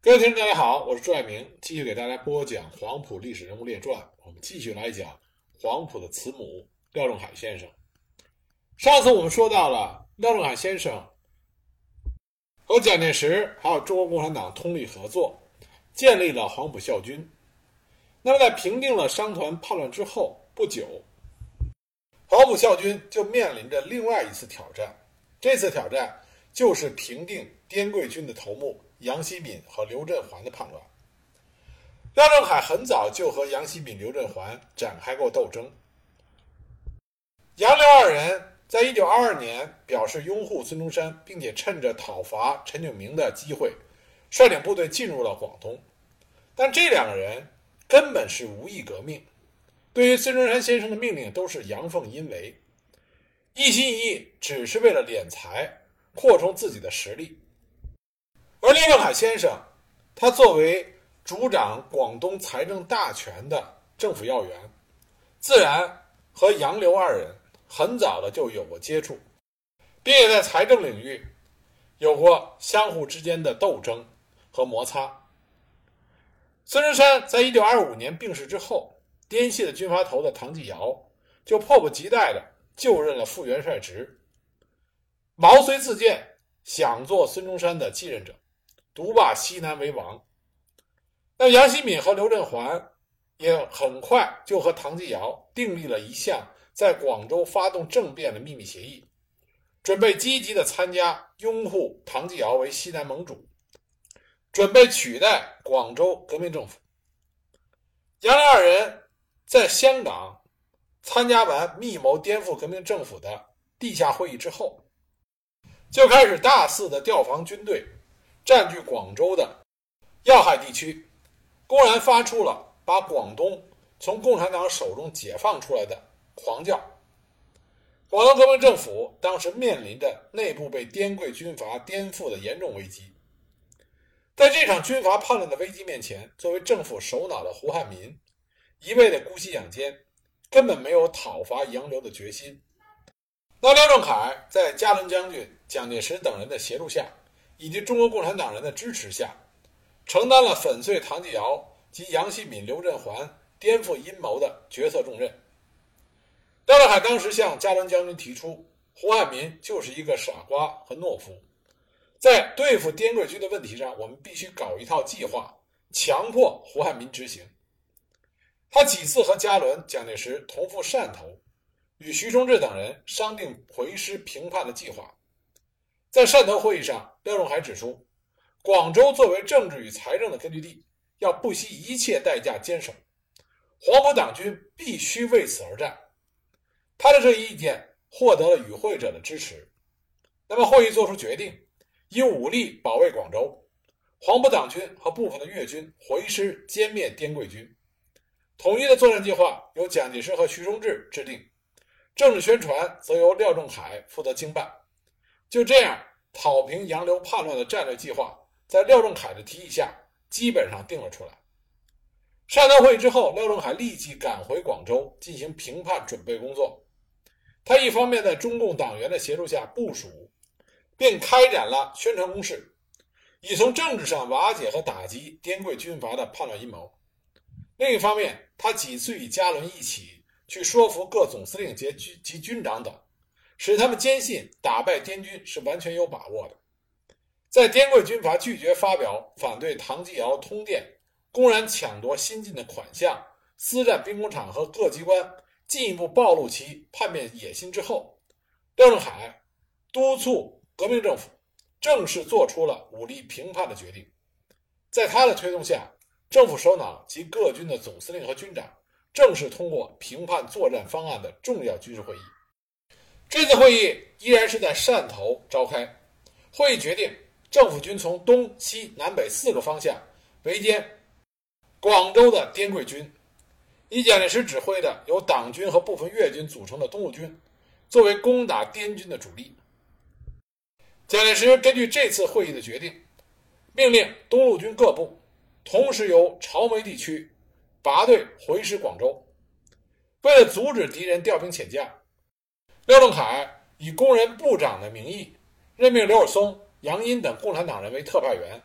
各位听众大家好，我是朱爱明，继续给大家播讲黄埔历史人物列传。我们继续来讲黄埔的慈母廖仲恺先生。上次我们说到了廖仲恺先生和蒋介石还有中国共产党通力合作，建立了黄埔校军。那么在平定了商团叛乱之后不久，黄埔校军就面临着另外一次挑战。这次挑战就是平定滇桂军的头目杨希闵和刘振环的叛乱。廖仲恺很早就和杨希闵、刘振环展开过斗争。杨刘二人在1922年表示拥护孙中山，并且趁着讨伐陈炯明的机会，率领部队进入了广东。但这两个人根本是无意革命，对于孙中山先生的命令都是阳奉阴违，一心一意只是为了敛财，扩充自己的实力。而廖仲恺先生，他作为主掌广东财政大权的政府要员，自然和杨刘二人很早的就有过接触，并且在财政领域有过相互之间的斗争和摩擦。孙中山在1925年病逝之后，滇系的军阀头的唐继尧就迫不及待的就任了副元帅职。毛遂自荐，想做孙中山的继任者，独霸西南为王。那杨希闵和刘振环也很快就和唐继尧订立了一项在广州发动政变的秘密协议，准备积极的参加拥护唐继尧为西南盟主，准备取代广州革命政府。杨刘二人在香港参加完密谋颠覆革命政府的地下会议之后，就开始大肆的调防军队，占据广州的要害地区，公然发出了把广东从共产党手中解放出来的狂叫。广东革命政府当时面临着内部被滇桂军阀颠覆的严重危机。在这场军阀叛乱的危机面前，作为政府首脑的胡汉民一味的姑息养奸，根本没有讨伐杨刘的决心。那廖仲恺在嘉伦将军、蒋介石等人的协助下，以及中国共产党人的支持下，承担了粉碎唐继尧及杨希闵、刘振环颠覆阴谋的决策重任。廖仲恺当时向嘉伦将军提出，胡汉民就是一个傻瓜和懦夫，在对付滇桂军的问题上，我们必须搞一套计划，强迫胡汉民执行。他几次和嘉伦、蒋介石同赴汕头，与徐崇智等人商定回师平叛的计划。在汕头会议上，廖仲恺指出，广州作为政治与财政的根据地，要不惜一切代价坚守，黄埔党军必须为此而战。他的这一意见获得了与会者的支持。那么会议作出决定，以武力保卫广州，黄埔党军和部分的粤军回师歼灭滇桂军。统一的作战计划由蒋介石和徐崇智制定，政治宣传则由廖仲恺负责经办。就这样，讨平杨刘叛乱的战略计划在廖仲恺的提议下基本上定了出来。汕头会议之后，廖仲恺立即赶回广州进行平叛准备工作。他一方面在中共党员的协助下部署，并开展了宣传攻势，以从政治上瓦解和打击滇桂军阀的叛乱阴谋。另一方面，他几次与嘉伦一起去说服各总司令及军长等，使他们坚信打败滇军是完全有把握的。在滇桂军阀拒绝发表反对唐继尧通电，公然抢夺新进的款项，私占兵工厂和各机关，进一步暴露其叛变野心之后，廖仲恺督促革命政府正式做出了武力平叛的决定。在他的推动下，政府首脑及各军的总司令和军长正式通过平叛作战方案的重要军事会议。这次会议依然是在汕头召开。会议决定，政府军从东西南北4个方向围歼广州的滇桂军，以蒋介石指挥的由党军和部分粤军组成的东路军作为攻打滇军的主力。蒋介石根据这次会议的决定，命令东路军各部同时由潮梅地区拔队回师广州。为了阻止敌人调兵遣将，廖仲恺以工人部长的名义任命刘尔松、杨殷等共产党人为特派员，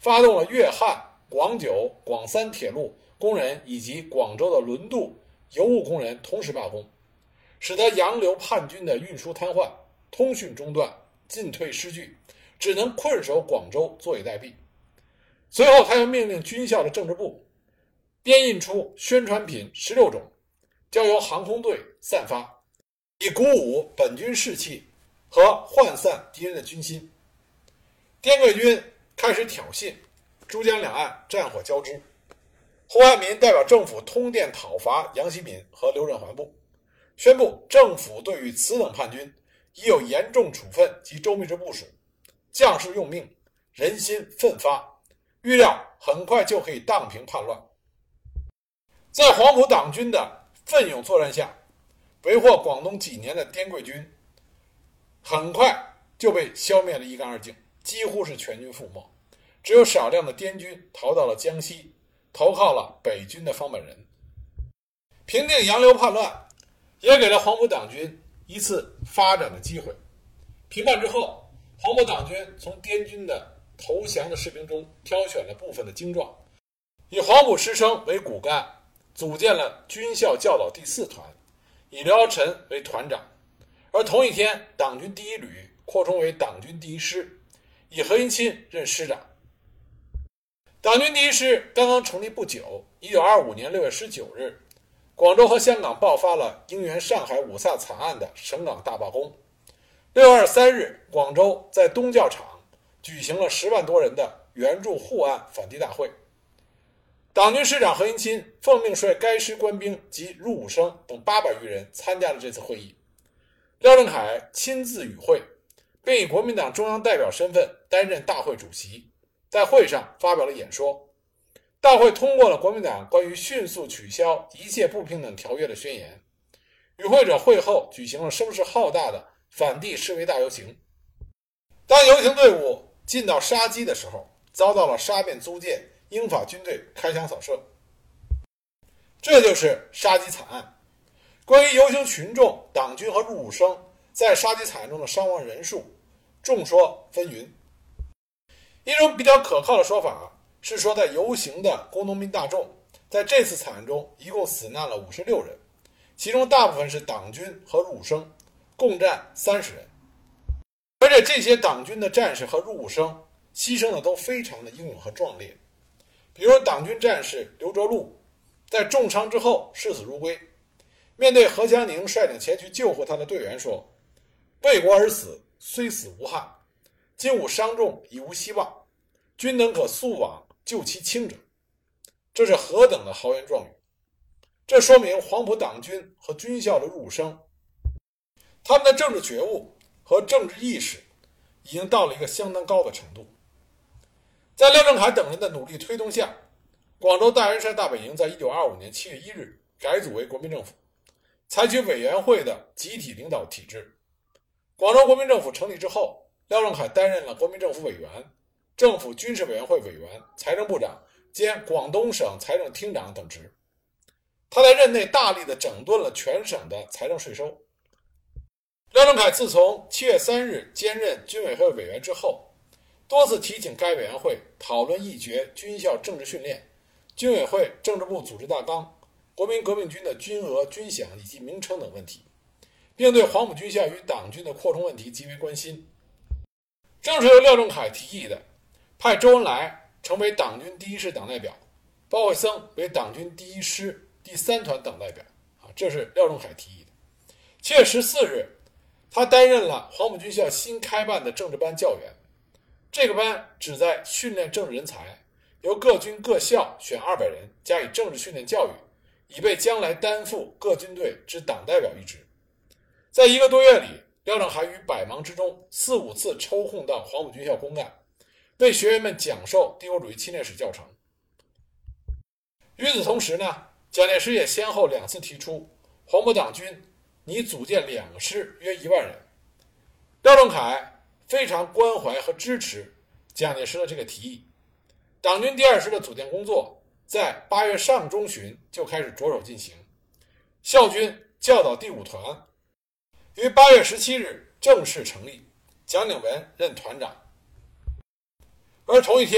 发动了粤汉、广九、广三铁路工人以及广州的轮渡邮务工人同时罢工，使得洋流叛军的运输瘫痪，通讯中断，进退失据，只能困守广州，坐以待毙。随后他又命令军校的政治部编印出宣传品16种，交由航空队散发，以鼓舞本军士气和涣散敌人的军心。滇桂军开始挑衅，珠江两岸战火交织。胡汉民代表政府通电讨伐杨希闵和刘振环部，宣布政府对于此等叛军已有严重处分及周密之部署，将士用命，人心奋发，预料很快就可以荡平叛乱。在黄埔党军的奋勇作战下，为祸广东几年的滇桂军很快就被消灭得一干二净，几乎是全军覆没，只有少量的滇军逃到了江西，投靠了北军的方本人。平定洋流叛乱也给了黄埔党军一次发展的机会。平叛之后，黄埔党军从滇军的投降的士兵中挑选了部分的精壮，以黄埔师生为骨干，组建了军校教导第4团，以刘尧臣为团长。而同一天，党军第1旅扩充为党军第1师，以何应钦任师长。党军第1师刚刚成立不久，1925年6月19日，广州和香港爆发了应援上海五卅惨案的省港大罢工。6月23日，广州在东教场举行了10万多人的援助沪岸反帝大会。党军师长何应钦奉命率该师官兵及入伍生等800余人参加了这次会议。廖振凯亲自与会，并以国民党中央代表身份担任大会主席，在会上发表了演说。大会通过了国民党关于迅速取消一切不平等条约的宣言。与会者会后举行了声势浩大的反帝示威大游行。当游行队伍进到沙基的时候，遭到了沙面租界英法军队开枪扫射。这就是沙基惨案。关于游行群众、党军和入伍生在沙基惨案中的伤亡人数，众说纷纭。一种比较可靠的说法是说，在游行的工农民大众在这次惨案中一共死难了56人，其中大部分是党军和入伍生，共占30人。而且这些党军的战士和入伍生牺牲的都非常的英勇和壮烈。比如党军战士刘哲禄在重伤之后视死如归，面对何强宁率领前去救护他的队员说：“为国而死，虽死无憾，今吾伤重已无希望，君能可速往救其轻者。”这是何等的豪言壮语！这说明黄埔党军和军校的入伍生，他们的政治觉悟和政治意识已经到了一个相当高的程度。在廖振凯等人的努力推动下，广州大元帅大本营在1925年7月1日改组为国民政府，采取委员会的集体领导体制。广州国民政府成立之后，廖振凯担任了国民政府委员、政府军事委员会委员、财政部长兼广东省财政厅长等职。他在任内大力地整顿了全省的财政税收。廖振凯自从7月3日兼任军委会委员之后，多次提请该委员会讨论议决军校政治训练、军委会政治部组织大纲、国民革命军的军额、军饷以及名称等问题，并对黄埔军校与党军的扩充问题极为关心。正是由廖振凯提议的，派周恩来成为党军第1师党代表，包惠僧为党军第1师第3团党代表，这是廖振凯提议的。7月14日，他担任了黄埔军校新开办的政治班教员。这个班旨在训练政治人才，由各军各校选200人加以政治训练教育，以备将来担负各军队之党代表一职。在1个多月里，廖振凯于百忙之中4、5次抽空到黄埔军校公干，为学员们讲授帝国主义侵略史教程。与此同时呢，蒋介石也先后2次提出黄埔党军拟组建2个师，约1万人。廖振凯非常关怀和支持蒋介石的这个提议。党军第2师的组建工作在8月上中旬就开始着手进行，校军教导第5团于8月17日正式成立，蒋鼎文任团长。而同一天，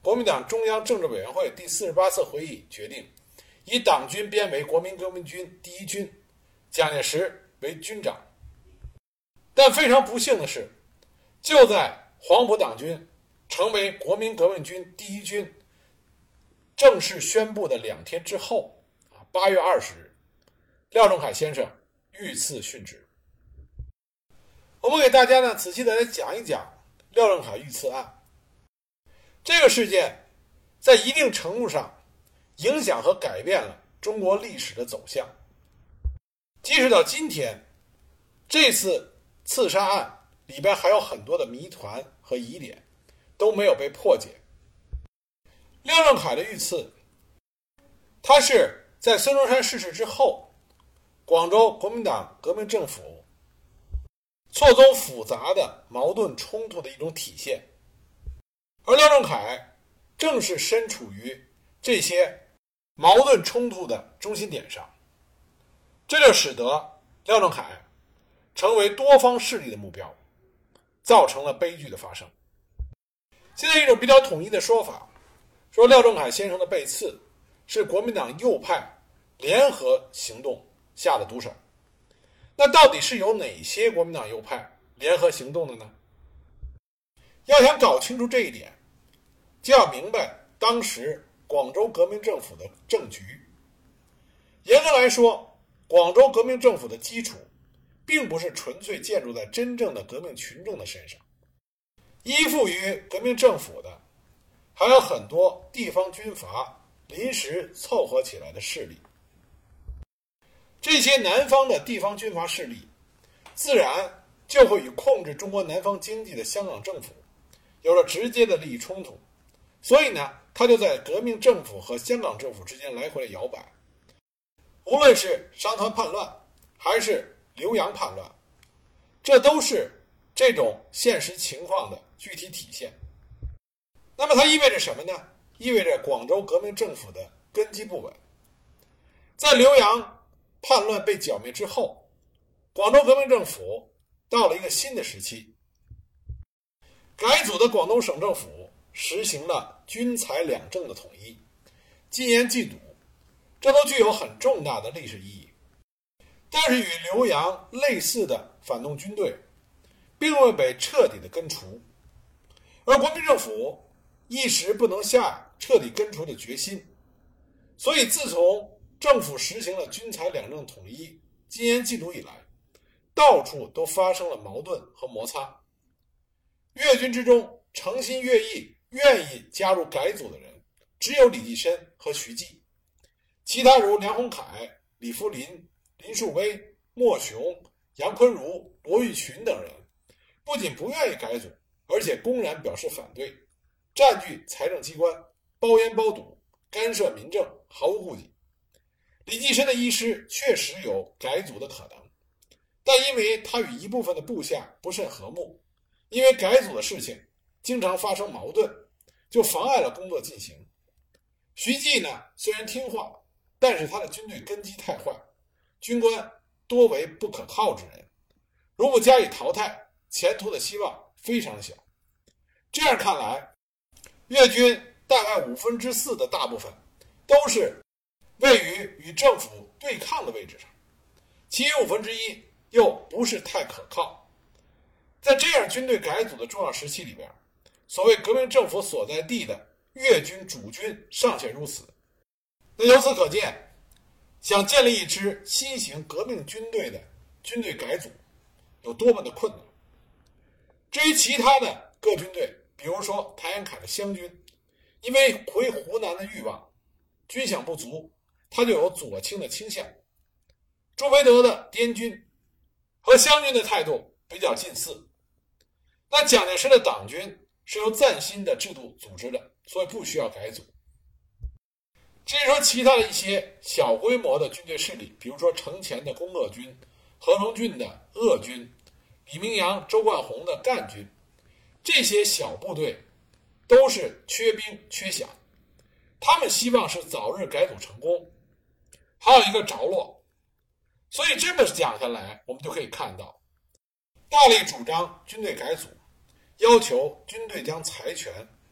国民党中央政治委员会第48次会议决定，以党军编为国民革命军第一军，蒋介石为军长。但非常不幸的是，就在黄埔党军成为国民革命军第一军正式宣布的2天之后，8月20日，廖仲恺先生遇刺殉职。我们给大家呢仔细的来讲一讲廖仲恺遇刺案。这个事件在一定程度上影响和改变了中国历史的走向。即使到今天，这次刺杀案里边还有很多的谜团和疑点都没有被破解。廖仲恺的遇刺，他是在孙中山逝世之后，广州国民党革命政府错综复杂的矛盾冲突的一种体现，而廖仲恺正是身处于这些矛盾冲突的中心点上，这就使得廖仲恺成为多方势力的目标，造成了悲剧的发生。现在一种比较统一的说法，说廖仲恺先生的被刺是国民党右派联合行动下的毒手。那到底是有哪些国民党右派联合行动的呢？要想搞清楚这一点，就要明白当时广州革命政府的政局。严格来说，广州革命政府的基础并不是纯粹建筑在真正的革命群众的身上，依附于革命政府的还有很多地方军阀临时凑合起来的势力。这些南方的地方军阀势力自然就会与控制中国南方经济的香港政府有了直接的利益冲突，所以呢，他就在革命政府和香港政府之间来回的摇摆。无论是商团叛乱还是浏阳叛乱，这都是这种现实情况的具体体现。那么它意味着什么呢？意味着广州革命政府的根基不稳。在浏阳叛乱被剿灭之后，广州革命政府到了一个新的时期。改组的广东省政府实行了军财两政的统一，禁烟禁赌，这都具有很重大的历史意义。但是与浏阳类似的反动军队并未被彻底的根除，而国民政府一时不能下彻底根除的决心，所以自从政府实行了军财两政统一、禁烟禁赌以来，到处都发生了矛盾和摩擦。粤军之中诚心粤意愿意加入改组的人只有李济深和徐继，其他如梁鸿楷、李福林、林树威、莫雄、杨坤如、罗玉群等人不仅不愿意改组，而且公然表示反对，占据财政机关，包烟包赌，干涉民政，毫无顾忌。李济深的医师确实有改组的可能，但因为他与一部分的部下不甚和睦，因为改组的事情经常发生矛盾，就妨碍了工作进行。徐继呢，虽然听话，但是他的军队根基太坏，军官多为不可靠之人，如不加以淘汰，前途的希望非常小。这样看来，粤军大概4/5的大部分都是位于与政府对抗的位置上，其余1/5又不是太可靠。在这样军队改组的重要时期里边，所谓革命政府所在地的粤军主军尚且如此，那由此可见，想建立一支新型革命军队的军队改组有多么的困难。至于其他的各军队，比如说谭延闿的湘军，因为回湖南的欲望，军饷不足，他就有左倾的倾向。朱培德的滇军和湘军的态度比较近似。那蒋介石的党军是由暂新的制度组织的，所以不需要改组。至于说其他的一些小规模的军队势力，比如说程潜的工鄂军、何荣俊的鄂军、李明阳、周冠洪的赣军，这些小部队都是缺兵缺饷，他们希望是早日改组成功，还有一个着落。所以这么讲下来，我们就可以看到，大力主张军队改组，要求军队将财权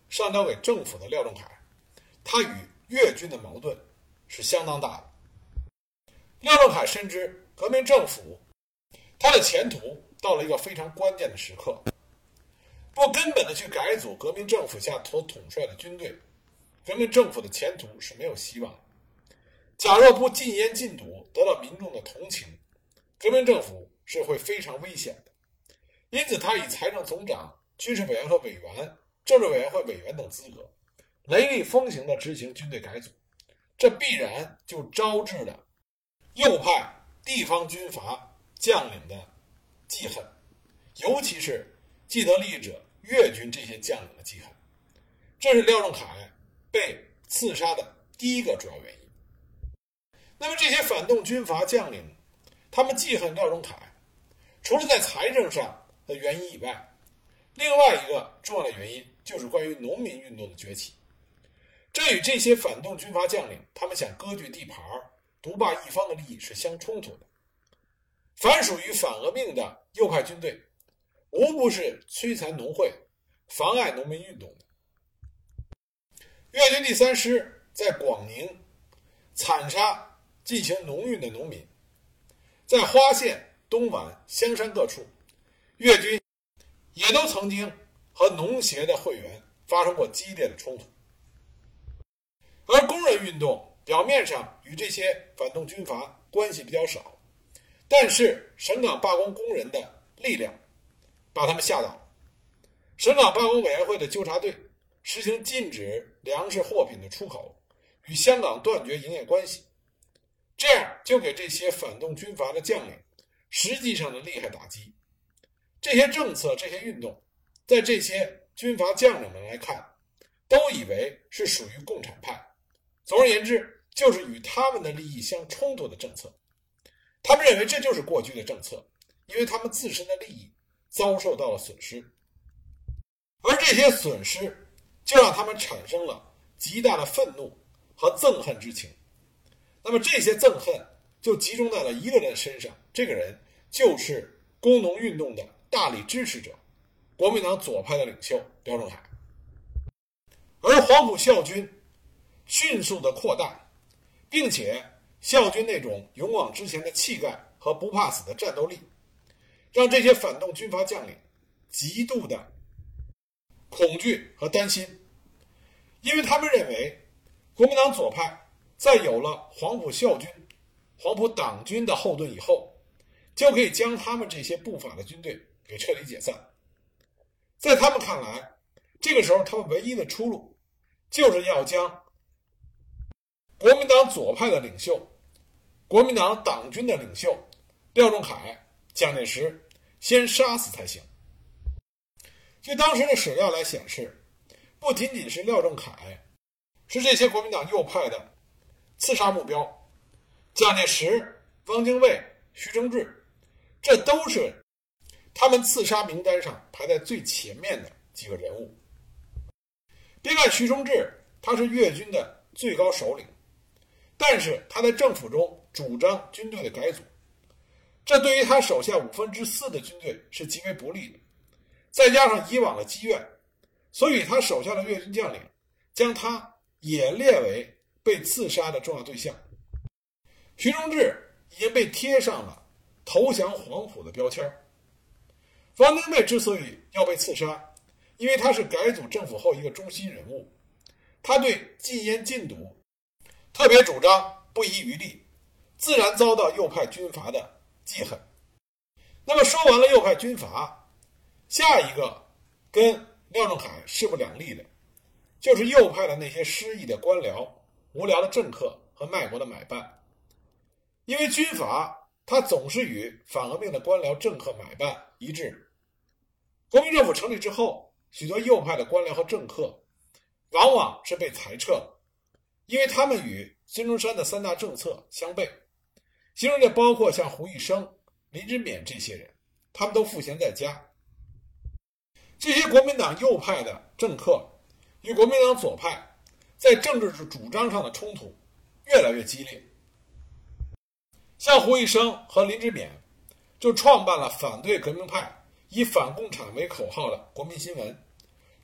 上交给政府的廖仲恺，他与粤军的矛盾是相当大的。廖仲恺深知革命政府他的前途到了一个非常关键的时刻，不根本的去改组革命政府下所统帅的军队，革命政府的前途是没有希望的。假若不禁烟禁赌得到民众的同情，革命政府是会非常危险的。因此他以财政总长、军事委员会委员、政治委员会委员等资格雷厉风行地执行军队改组，这必然就招致了右派地方军阀将领的记恨，尤其是既得利益者粤军这些将领的记恨。这是廖仲恺被刺杀的第一个主要原因。那么这些反动军阀将领他们记恨廖仲恺，除了在财政上的原因以外，另外一个重要的原因就是关于农民运动的崛起。这与这些反动军阀将领他们想割据地盘、独霸一方的利益是相冲突的。凡属于反革命的右派军队，无不是摧残农会、妨碍农民运动的。粤军第3师在广宁惨杀进行农运的农民，在花县、东莞、香山各处，粤军也都曾经和农协的会员发生过激烈的冲突。而工人运动表面上与这些反动军阀关系比较少，但是省港罢工工人的力量把他们吓倒了。省港罢工委员会的纠察队实行禁止粮食货品的出口，与香港断绝营业关系，这样就给这些反动军阀的将领实际上的厉害打击。这些政策、这些运动，在这些军阀将领们来看，都以为是属于共产派，总而言之，就是与他们的利益相冲突的政策。他们认为这就是过去的政策，因为他们自身的利益遭受到了损失，而这些损失就让他们产生了极大的愤怒和憎恨之情。那么这些憎恨就集中在了一个人身上，这个人就是工农运动的大力支持者，国民党左派的领袖廖仲恺。而黄埔校军迅速的扩大，并且校军那种勇往直前的气概和不怕死的战斗力，让这些反动军阀将领极度的恐惧和担心，因为他们认为国民党左派在有了黄埔校军、黄埔党军的后盾以后，就可以将他们这些不法的军队给彻底解散。在他们看来，这个时候他们唯一的出路就是要将国民党左派的领袖、国民党党军的领袖廖仲恺、蒋介石先杀死才行。据当时的史料来显示，不仅仅是廖仲恺是这些国民党右派的刺杀目标，蒋介石、汪精卫、徐承志，这都是他们刺杀名单上排在最前面的几个人物。别看徐承志他是粤军的最高首领，但是他在政府中主张军队的改组，这对于他手下4/5的军队是极为不利的。再加上以往的积怨，所以他手下的粤军将领将他也列为被刺杀的重要对象。徐承志已经被贴上了投降黄埔的标签。汪精卫之所以要被刺杀，因为他是改组政府后一个中心人物，他对禁烟禁赌特别主张，不遗余力，自然遭到右派军阀的记恨。那么说完了右派军阀，下一个跟廖仲恺势不两立的，就是右派的那些失意的官僚、无聊的政客和卖国的买办。因为军阀他总是与反革命的官僚、政客、买办一致。国民政府成立之后，许多右派的官僚和政客往往是被裁撤了，因为他们与孙中山的3大政策相悖。其中就包括像胡一生、林之勉这些人，他们都赋闲在家。这些国民党右派的政客与国民党左派在政治主张上的冲突越来越激烈。像胡一生和林之勉就创办了反对革命派、以反共产为口号的国民新闻，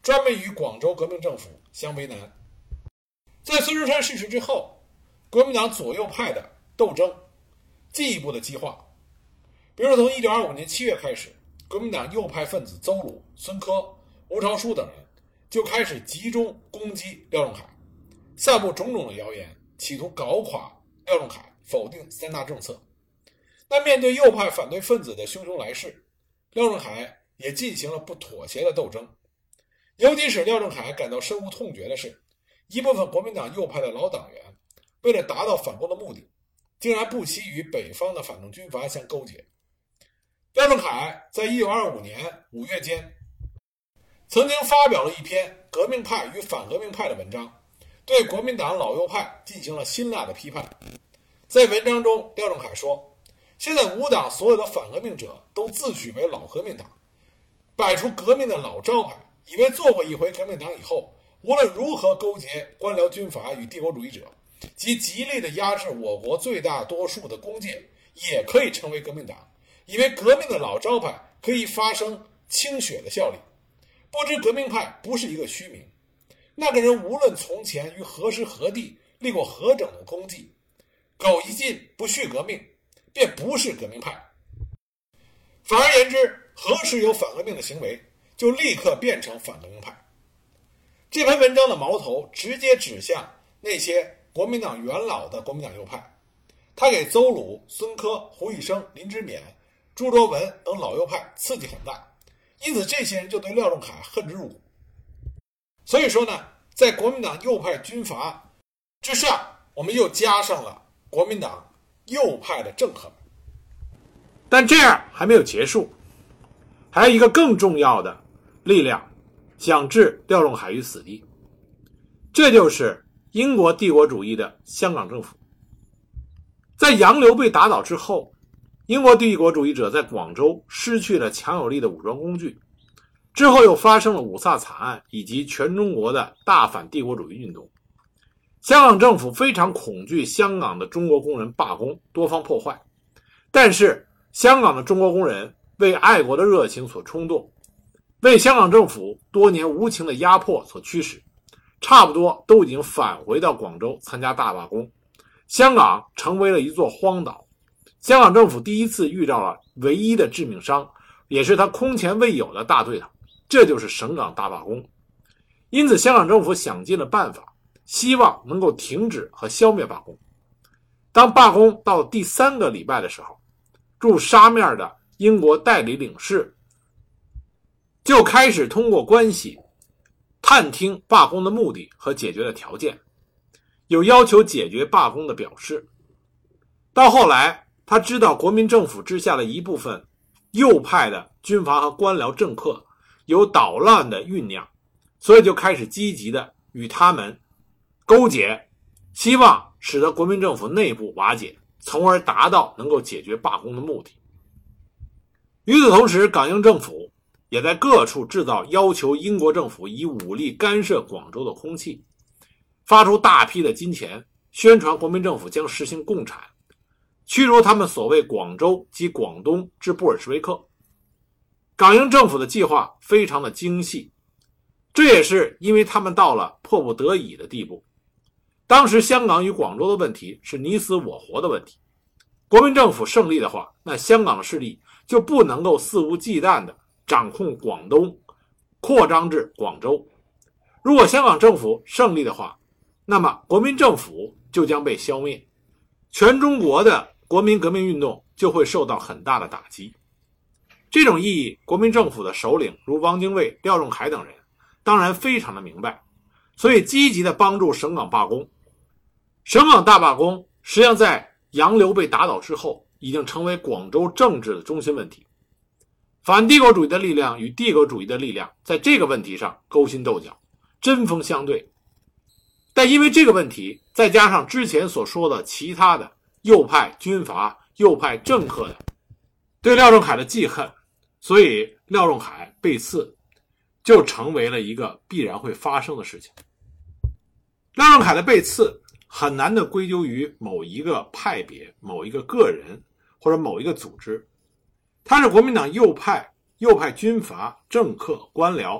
专门与广州革命政府相为难。在孙中山逝世之后，国民党左右派的斗争进一步的激化。比如从1925年7月开始，国民党右派分子邹鲁、孙科、吴朝书等人就开始集中攻击廖仲恺，散布种种的谣言，企图搞垮廖仲恺，否定三大政策。那面对右派反对分子的汹汹来势，廖仲恺也进行了不妥协的斗争。尤其使廖仲恺感到深恶痛绝的是，一部分国民党右派的老党员为了达到反攻的目的，竟然不惜与北方的反动军阀相勾结。廖仲恺在1925年5月间曾经发表了一篇革命派与反革命派的文章，对国民党老右派进行了辛辣的批判。在文章中，廖仲恺说，现在吾党所有的反革命者都自诩为老革命党，摆出革命的老招牌，以为做过一回革命党以后，无论如何勾结官僚军阀与帝国主义者，及极力的压制我国最大多数的公界，也可以成为革命党，以为革命的老招牌可以发生清血的效力。不知革命派不是一个虚名，那个人无论从前于何时何地立过何等的功绩，苟一进不续革命，便不是革命派。反而言之，何时有反革命的行为，就立刻变成反革命派。这篇文章的矛头直接指向那些国民党元老的国民党右派，他给邹鲁、孙科、胡玉生、林之勉、朱卓文等老右派刺激很大，因此这些人就对廖仲恺恨之入骨。所以说呢，在国民党右派军阀之上，我们又加上了国民党右派的政客们。但这样还没有结束，还有一个更重要的力量想置廖仲恺于死地，这就是英国帝国主义的香港政府。在洋流被打倒之后，英国帝国主义者在广州失去了强有力的武装工具，之后又发生了五卅惨案以及全中国的大反帝国主义运动。香港政府非常恐惧香港的中国工人罢工，多方破坏，但是香港的中国工人为爱国的热情所冲动，为香港政府多年无情的压迫所驱使，差不多都已经返回到广州参加大罢工。香港成为了一座荒岛，香港政府第一次遇到了唯一的致命伤，也是他空前未有的大对头，这就是省港大罢工。因此香港政府想尽了办法，希望能够停止和消灭罢工。当罢工到第3个礼拜的时候，驻沙面的英国代理领事就开始通过关系探听罢工的目的和解决的条件，有要求解决罢工的表示。到后来他知道国民政府之下的一部分右派的军阀和官僚政客有捣乱的酝酿，所以就开始积极的与他们勾结，希望使得国民政府内部瓦解，从而达到能够解决罢工的目的。与此同时，港英政府也在各处制造要求英国政府以武力干涉广州的空气，发出大批的金钱，宣传国民政府将实行共产，驱逐他们所谓广州及广东之布尔什维克。港英政府的计划非常的精细，这也是因为他们到了迫不得已的地步。当时香港与广州的问题是你死我活的问题，国民政府胜利的话，那香港的势力就不能够肆无忌惮地掌控广东，扩张至广州。如果香港政府胜利的话，那么国民政府就将被消灭，全中国的国民革命运动就会受到很大的打击。这种意义，国民政府的首领如汪精卫、廖仲恺等人当然非常的明白，所以积极的帮助省港罢工。省港大罢工实际上在洋流被打倒之后，已经成为广州政治的中心问题。反帝国主义的力量与帝国主义的力量在这个问题上勾心斗角，针锋相对。但因为这个问题，再加上之前所说的其他的右派军阀、右派政客的对廖仲恺的记恨，所以廖仲恺被刺就成为了一个必然会发生的事情。廖仲恺的被刺很难的归咎于某一个派别、某一个个人或者某一个组织，他是国民党右派军阀、政客、官僚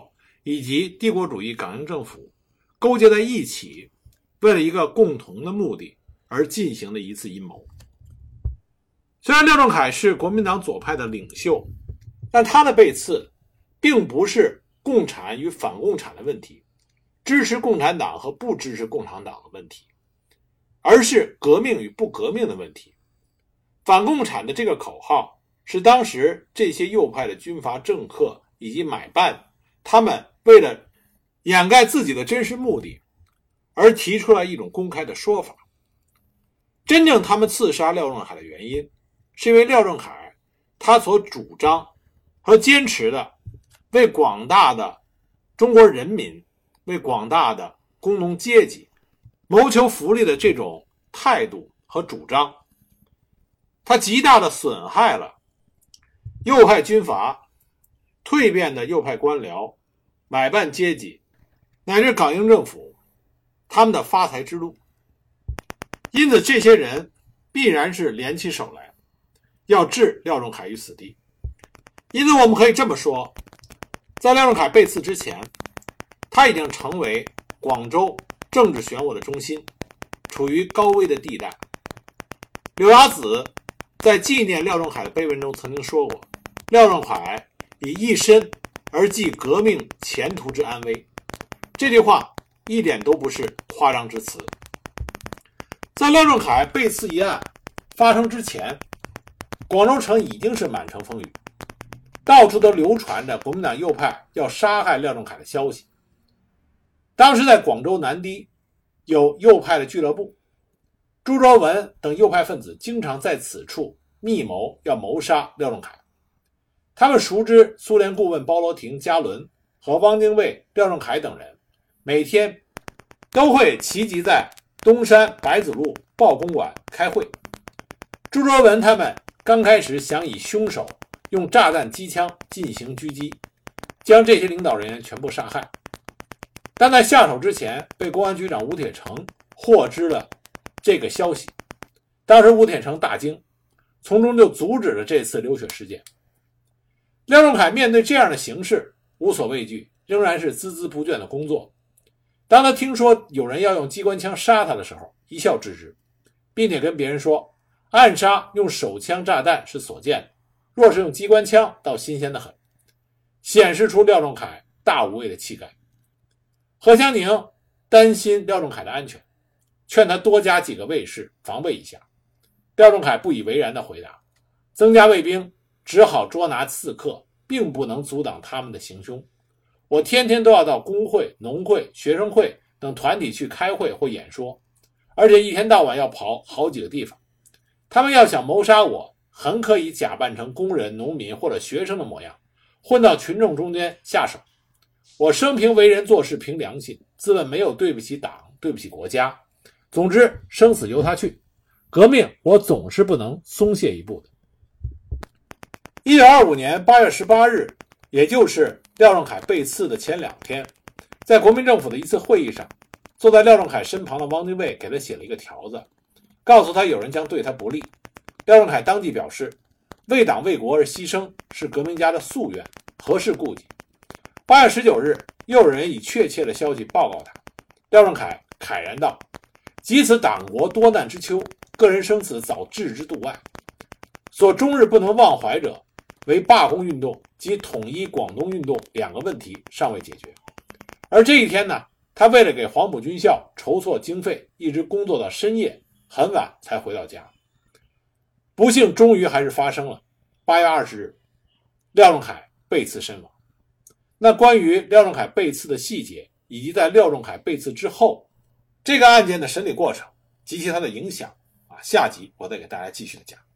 以及帝国主义港英政府勾结在一起，为了一个共同的目的而进行的一次阴谋。虽然廖仲恺是国民党左派的领袖，但他的背刺并不是共产与反共产的问题，支持共产党和不支持共产党的问题，而是革命与不革命的问题。反共产的这个口号是当时这些右派的军阀政客以及买办，他们为了掩盖自己的真实目的而提出来一种公开的说法。真正他们刺杀廖仲恺的原因，是因为廖仲恺他所主张和坚持的为广大的中国人民，为广大的工农阶级谋求福利的这种态度和主张，它极大地损害了右派军阀、蜕变的右派官僚、买办阶级乃至港英政府他们的发财之路。因此这些人必然是联起手来要置廖仲恺于死地。因此我们可以这么说，在廖仲恺被刺之前，他已经成为广州政治漩涡的中心，处于高危的地带。柳亚子在纪念廖仲恺的碑文中曾经说过，廖仲恺以一身而寄革命前途之安危。这句话一点都不是夸张之词。在廖仲恺被刺一案发生之前，广州城已经是满城风雨，到处都流传着国民党右派要杀害廖仲恺的消息。当时在广州南堤有右派的俱乐部，朱卓文等右派分子经常在此处密谋要谋杀廖仲恺。他们熟知苏联顾问包罗廷、加伦和汪精卫、廖仲恺等人每天都会齐集在东山百子路报公馆开会。朱卓文他们刚开始想以凶手用炸弹机枪进行狙击，将这些领导人员全部杀害。但在下手之前，被公安局长吴铁城获知了这个消息。当时吴铁城大惊，从中就阻止了这次流血事件。廖仲恺面对这样的形势无所畏惧，仍然是孜孜不倦的工作。当他听说有人要用机关枪杀他的时候，一笑置之，并且跟别人说，暗杀用手枪炸弹是所见的，若是用机关枪倒新鲜得很，显示出廖仲恺大无畏的气概。何香凝担心廖仲恺的安全，劝他多加几个卫士防备一下。廖仲恺不以为然地回答，增加卫兵只好捉拿刺客，并不能阻挡他们的行凶。我天天都要到工会、农会、学生会等团体去开会或演说，而且一天到晚要跑好几个地方。他们要想谋杀我，很可以假扮成工人、农民或者学生的模样，混到群众中间下手。我生平为人做事凭良心，自问没有对不起党、对不起国家。总之，生死由他去，革命我总是不能松懈一步的。1925年8月18日，也就是廖仲恺被刺的前2天，在国民政府的一次会议上，坐在廖仲恺身旁的汪精卫给他写了一个条子，告诉他有人将对他不利。廖仲恺当即表示，为党为国而牺牲是革命家的夙愿，何事顾忌。8月19日，又有人以确切的消息报告他。廖仲恺慨然道，即此党国多难之秋，个人生死早置之度外，所终日不能忘怀者，为罢工运动及统一广东运动2个问题尚未解决。而这一天呢，他为了给黄埔军校筹措经费，一直工作到深夜，很晚才回到家。不幸终于还是发生了8月20日，廖仲恺被刺身亡。那关于廖仲恺被刺的细节，以及在廖仲恺被刺之后这个案件的审理过程及其它的影响下集我再给大家继续的讲。